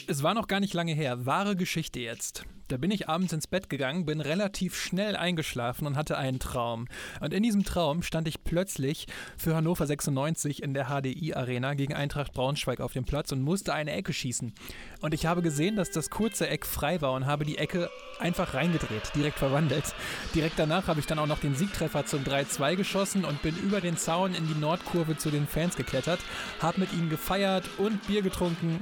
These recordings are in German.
Es war noch gar nicht lange her, wahre Geschichte jetzt. Da bin ich abends ins Bett gegangen, bin relativ schnell eingeschlafen und hatte einen Traum. Und in diesem Traum stand ich plötzlich für Hannover 96 in der HDI-Arena gegen Eintracht Braunschweig auf dem Platz und musste eine Ecke schießen. Und ich habe gesehen, dass das kurze Eck frei war und habe die Ecke einfach reingedreht, direkt verwandelt. Direkt danach habe ich dann auch noch den Siegtreffer zum 3-2 geschossen und bin über den Zaun in die Nordkurve zu den Fans geklettert, habe mit ihnen gefeiert und Bier getrunken.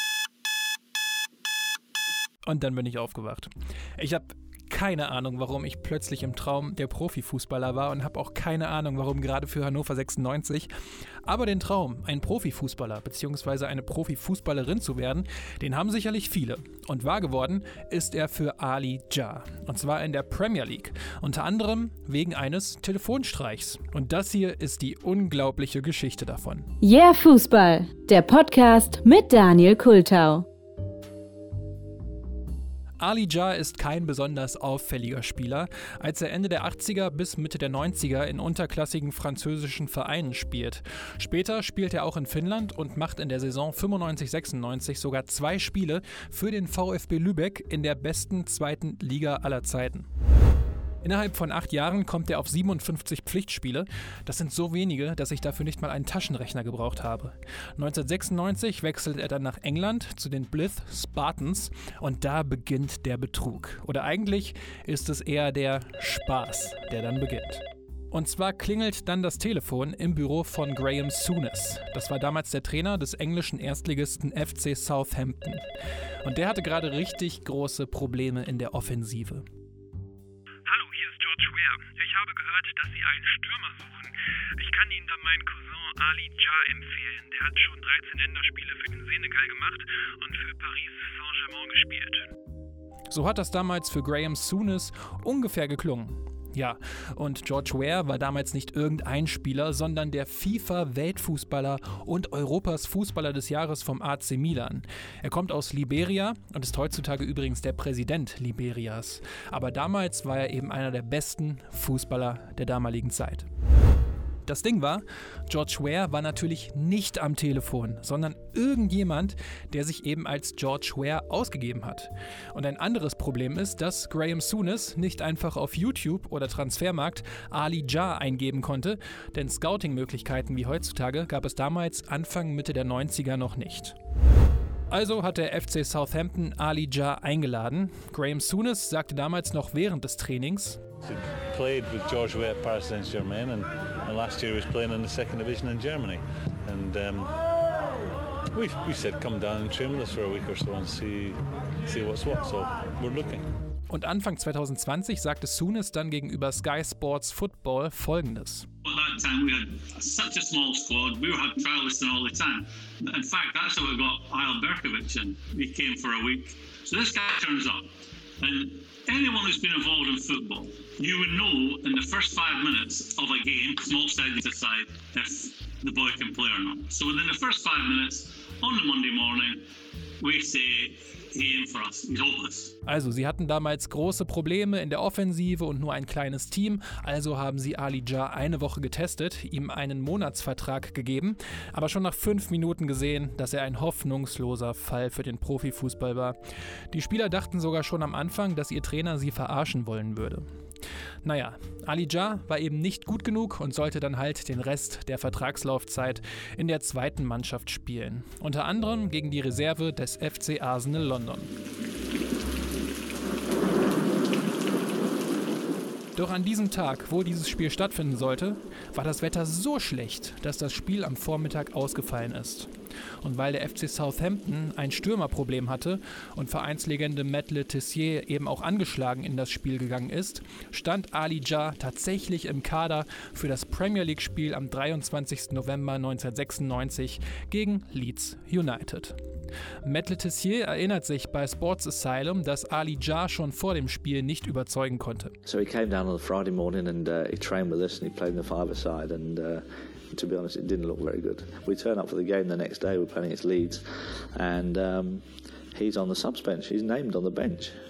Und dann bin ich aufgewacht. Ich habe keine Ahnung, warum ich plötzlich im Traum der Profifußballer war und habe auch keine Ahnung, warum gerade für Hannover 96. Aber den Traum, ein Profifußballer bzw. eine Profifußballerin zu werden, den haben sicherlich viele. Und wahr geworden ist er für Ali Jah. Und zwar in der Premier League. Unter anderem wegen eines Telefonstreichs. Und das hier ist die unglaubliche Geschichte davon. Yeah Fußball, der Podcast mit Daniel Kultau. Ali Jah ist kein besonders auffälliger Spieler, als er Ende der 80er bis Mitte der 90er in unterklassigen französischen Vereinen spielt. Später spielt er auch in Finnland und macht in der Saison 95-96 sogar 2 Spiele für den VfB Lübeck in der besten zweiten Liga aller Zeiten. Innerhalb von 8 Jahren kommt er auf 57 Pflichtspiele. Das sind so wenige, dass ich dafür nicht mal einen Taschenrechner gebraucht habe. 1996 wechselt er dann nach England zu den Blyth Spartans und da beginnt der Betrug. Oder eigentlich ist es eher der Spaß, der dann beginnt. Und zwar klingelt dann das Telefon im Büro von Graham Souness. Das war damals der Trainer des englischen Erstligisten FC Southampton. Und der hatte gerade richtig große Probleme in der Offensive. Ich habe gehört, dass Sie einen Stürmer suchen. Ich kann Ihnen dann meinen Cousin Ali Jah empfehlen. Der hat schon 13 Länderspiele für den Senegal gemacht und für Paris Saint-Germain gespielt. So hat das damals für Graham Souness ungefähr geklungen. Ja, und George Weah war damals nicht irgendein Spieler, sondern der FIFA-Weltfußballer und Europas Fußballer des Jahres vom AC Milan. Er kommt aus Liberia und ist heutzutage übrigens der Präsident Liberias. Aber damals war er eben einer der besten Fußballer der damaligen Zeit. Das Ding war, George Weah war natürlich nicht am Telefon, sondern irgendjemand, der sich eben als George Weah ausgegeben hat. Und ein anderes Problem ist, dass Graham Souness nicht einfach auf YouTube oder Transfermarkt Ali Jah eingeben konnte, denn Scouting-Möglichkeiten wie heutzutage gab es damals Anfang Mitte der 90er noch nicht. Also hat der FC Southampton Ali Jah eingeladen. Graham Souness sagte damals noch während des Trainings: He played with George Weah at Paris Saint-Germain and last year he was playing in the second division in Germany. And we said come down and train with us for a week or so and see what's what. So we're looking. Und Anfang 2020 sagte Souness dann gegenüber Sky Sports Football Folgendes. At that time we had such a small squad, we had trialists in all the time. In fact, that's how we got Eyal Berkovic in. He came for a week. So this guy turns up, and anyone who's been involved in football, you would know in the first 5 minutes of a game, small stadiums aside, if the boy can play or not. So within the first 5 minutes on the Monday morning, we say, he in for us, he's hopeless. Also, sie hatten damals große Probleme in der Offensive und nur ein kleines Team, also haben sie Ali Jah eine Woche getestet, ihm einen Monatsvertrag gegeben, aber schon nach 5 Minuten gesehen, dass er ein hoffnungsloser Fall für den Profifußball war. Die Spieler dachten sogar schon am Anfang, dass ihr Trainer sie verarschen wollen würde. Naja, Ali Jah war eben nicht gut genug und sollte dann halt den Rest der Vertragslaufzeit in der zweiten Mannschaft spielen. Unter anderem gegen die Reserve des FC Arsenal London. Doch an diesem Tag, wo dieses Spiel stattfinden sollte, war das Wetter so schlecht, dass das Spiel am Vormittag ausgefallen ist. Und weil der FC Southampton ein Stürmerproblem hatte und Vereinslegende Matt Le Tissier eben auch angeschlagen in das Spiel gegangen ist, stand Ali Jah tatsächlich im Kader für das Premier League-Spiel am 23. November 1996 gegen Leeds United. Matt Le Tissier erinnert sich bei Sports Asylum, dass Ali Jah schon vor dem Spiel nicht überzeugen konnte. So he came down on a Friday morning and he trained with us and he played in the five-a-side and to be honest, it didn't look very good. We turn up for the game the next day, we're playing against Leeds, and he's on the subs bench, he's named on the bench.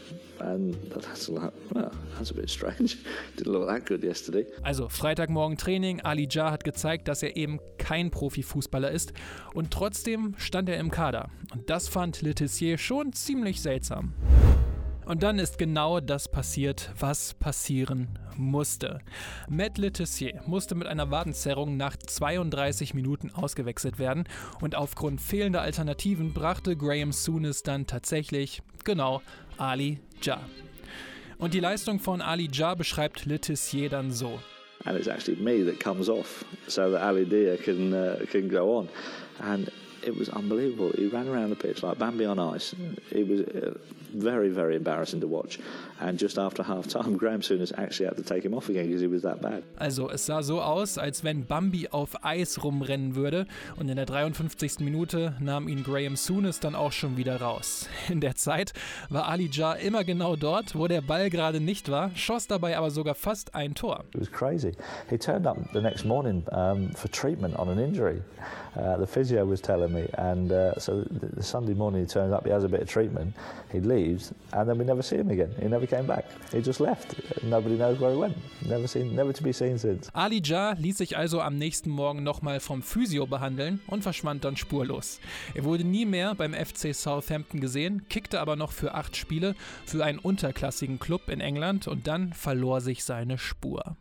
And that's like, well, that's a bit strange. Didn't look that good yesterday. Also Freitagmorgen Training, Ali Jah hat gezeigt, dass er eben kein Profifußballer ist und trotzdem stand er im Kader. Und das fand Le Tissier schon ziemlich seltsam. Und dann ist genau das passiert, was passieren musste. Matt Le Tissier musste mit einer Wadenzerrung nach 32 Minuten ausgewechselt werden und aufgrund fehlender Alternativen brachte Graham Souness dann tatsächlich, genau, Ali Jah. Und die Leistung von Ali Jah beschreibt Le Tissier dann so. And it's actually me that comes off so that Ali Dia can go on. And it was unbelievable. He ran around the pitch like Bambi on ice. It was very, very embarrassing to watch. And just after half-time, Graham Souness actually had to take him off again because he was that bad. Also es sah so aus, als wenn Bambi auf Eis rumrennen würde. Und in der 53. Minute nahm ihn Graham Souness dann auch schon wieder raus. In der Zeit war Ali Jah immer genau dort, wo der Ball gerade nicht war, schoss dabei aber sogar fast ein Tor. It was crazy. He turned up the next morning for treatment on an injury. The physio was telling me, and so the Sunday morning he turns up, he has a bit of treatment, he leaves, and then we never see him again. He never came back. He just left. Nobody knows where he went. Never to be seen since. Ali Jah ließ sich also am nächsten Morgen nochmal vom Physio behandeln und verschwand dann spurlos. Er wurde nie mehr beim FC Southampton gesehen, kickte aber noch für 8 Spiele für einen unterklassigen Club in England und dann verlor sich seine Spur.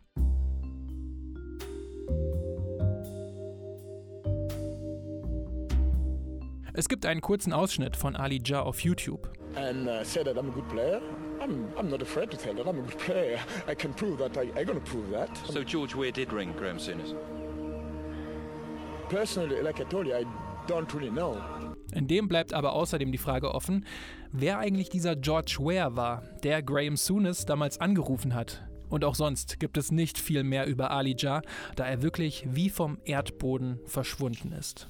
Es gibt einen kurzen Ausschnitt von Ali Jah auf YouTube. And said that I'm a good player. I'm not afraid to tell that I'm a good player. I can prove that. I'm going to prove that. So George Weah did ring Graham Souness? Personally, like I told you, I don't really know. In dem bleibt aber außerdem die Frage offen, wer eigentlich dieser George Weah war, der Graham Souness damals angerufen hat. Und auch sonst gibt es nicht viel mehr über Ali Jah, da er wirklich wie vom Erdboden verschwunden ist.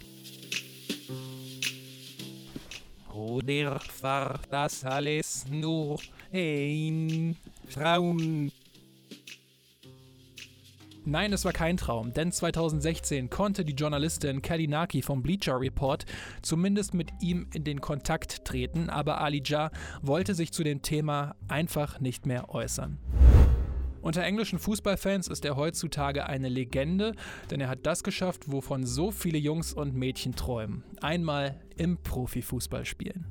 Oder war das alles nur ein Traum? Nein, es war kein Traum, denn 2016 konnte die Journalistin Kelly Naki vom Bleacher Report zumindest mit ihm in den Kontakt treten, aber Ali Jah wollte sich zu dem Thema einfach nicht mehr äußern. Unter englischen Fußballfans ist er heutzutage eine Legende, denn er hat das geschafft, wovon so viele Jungs und Mädchen träumen. Einmal im Profifußball spielen.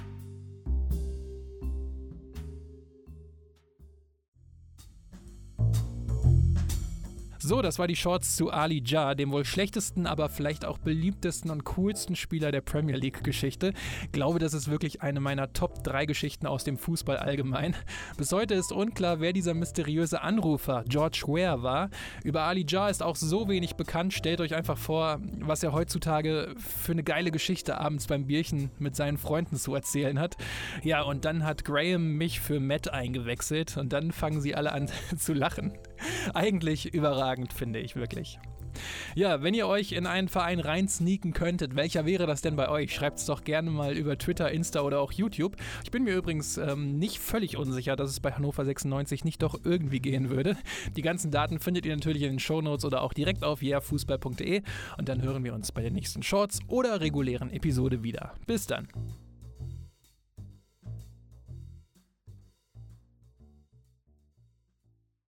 So, das war die Shorts zu Ali Jah, dem wohl schlechtesten, aber vielleicht auch beliebtesten und coolsten Spieler der Premier League-Geschichte. Ich glaube, das ist wirklich eine meiner Top 3 Geschichten aus dem Fußball allgemein. Bis heute ist unklar, wer dieser mysteriöse Anrufer George Weah war. Über Ali Jah ist auch so wenig bekannt. Stellt euch einfach vor, was er heutzutage für eine geile Geschichte abends beim Bierchen mit seinen Freunden zu erzählen hat. Ja, und dann hat Graham mich für Matt eingewechselt und dann fangen sie alle an zu lachen. Eigentlich überragend, finde ich wirklich. Ja, wenn ihr euch in einen Verein reinsneaken könntet, welcher wäre das denn bei euch? Schreibt es doch gerne mal über Twitter, Insta oder auch YouTube. Ich bin mir übrigens nicht völlig unsicher, dass es bei Hannover 96 nicht doch irgendwie gehen würde. Die ganzen Daten findet ihr natürlich in den Shownotes oder auch direkt auf yeahfußball.de und dann hören wir uns bei der nächsten Shorts oder regulären Episode wieder. Bis dann.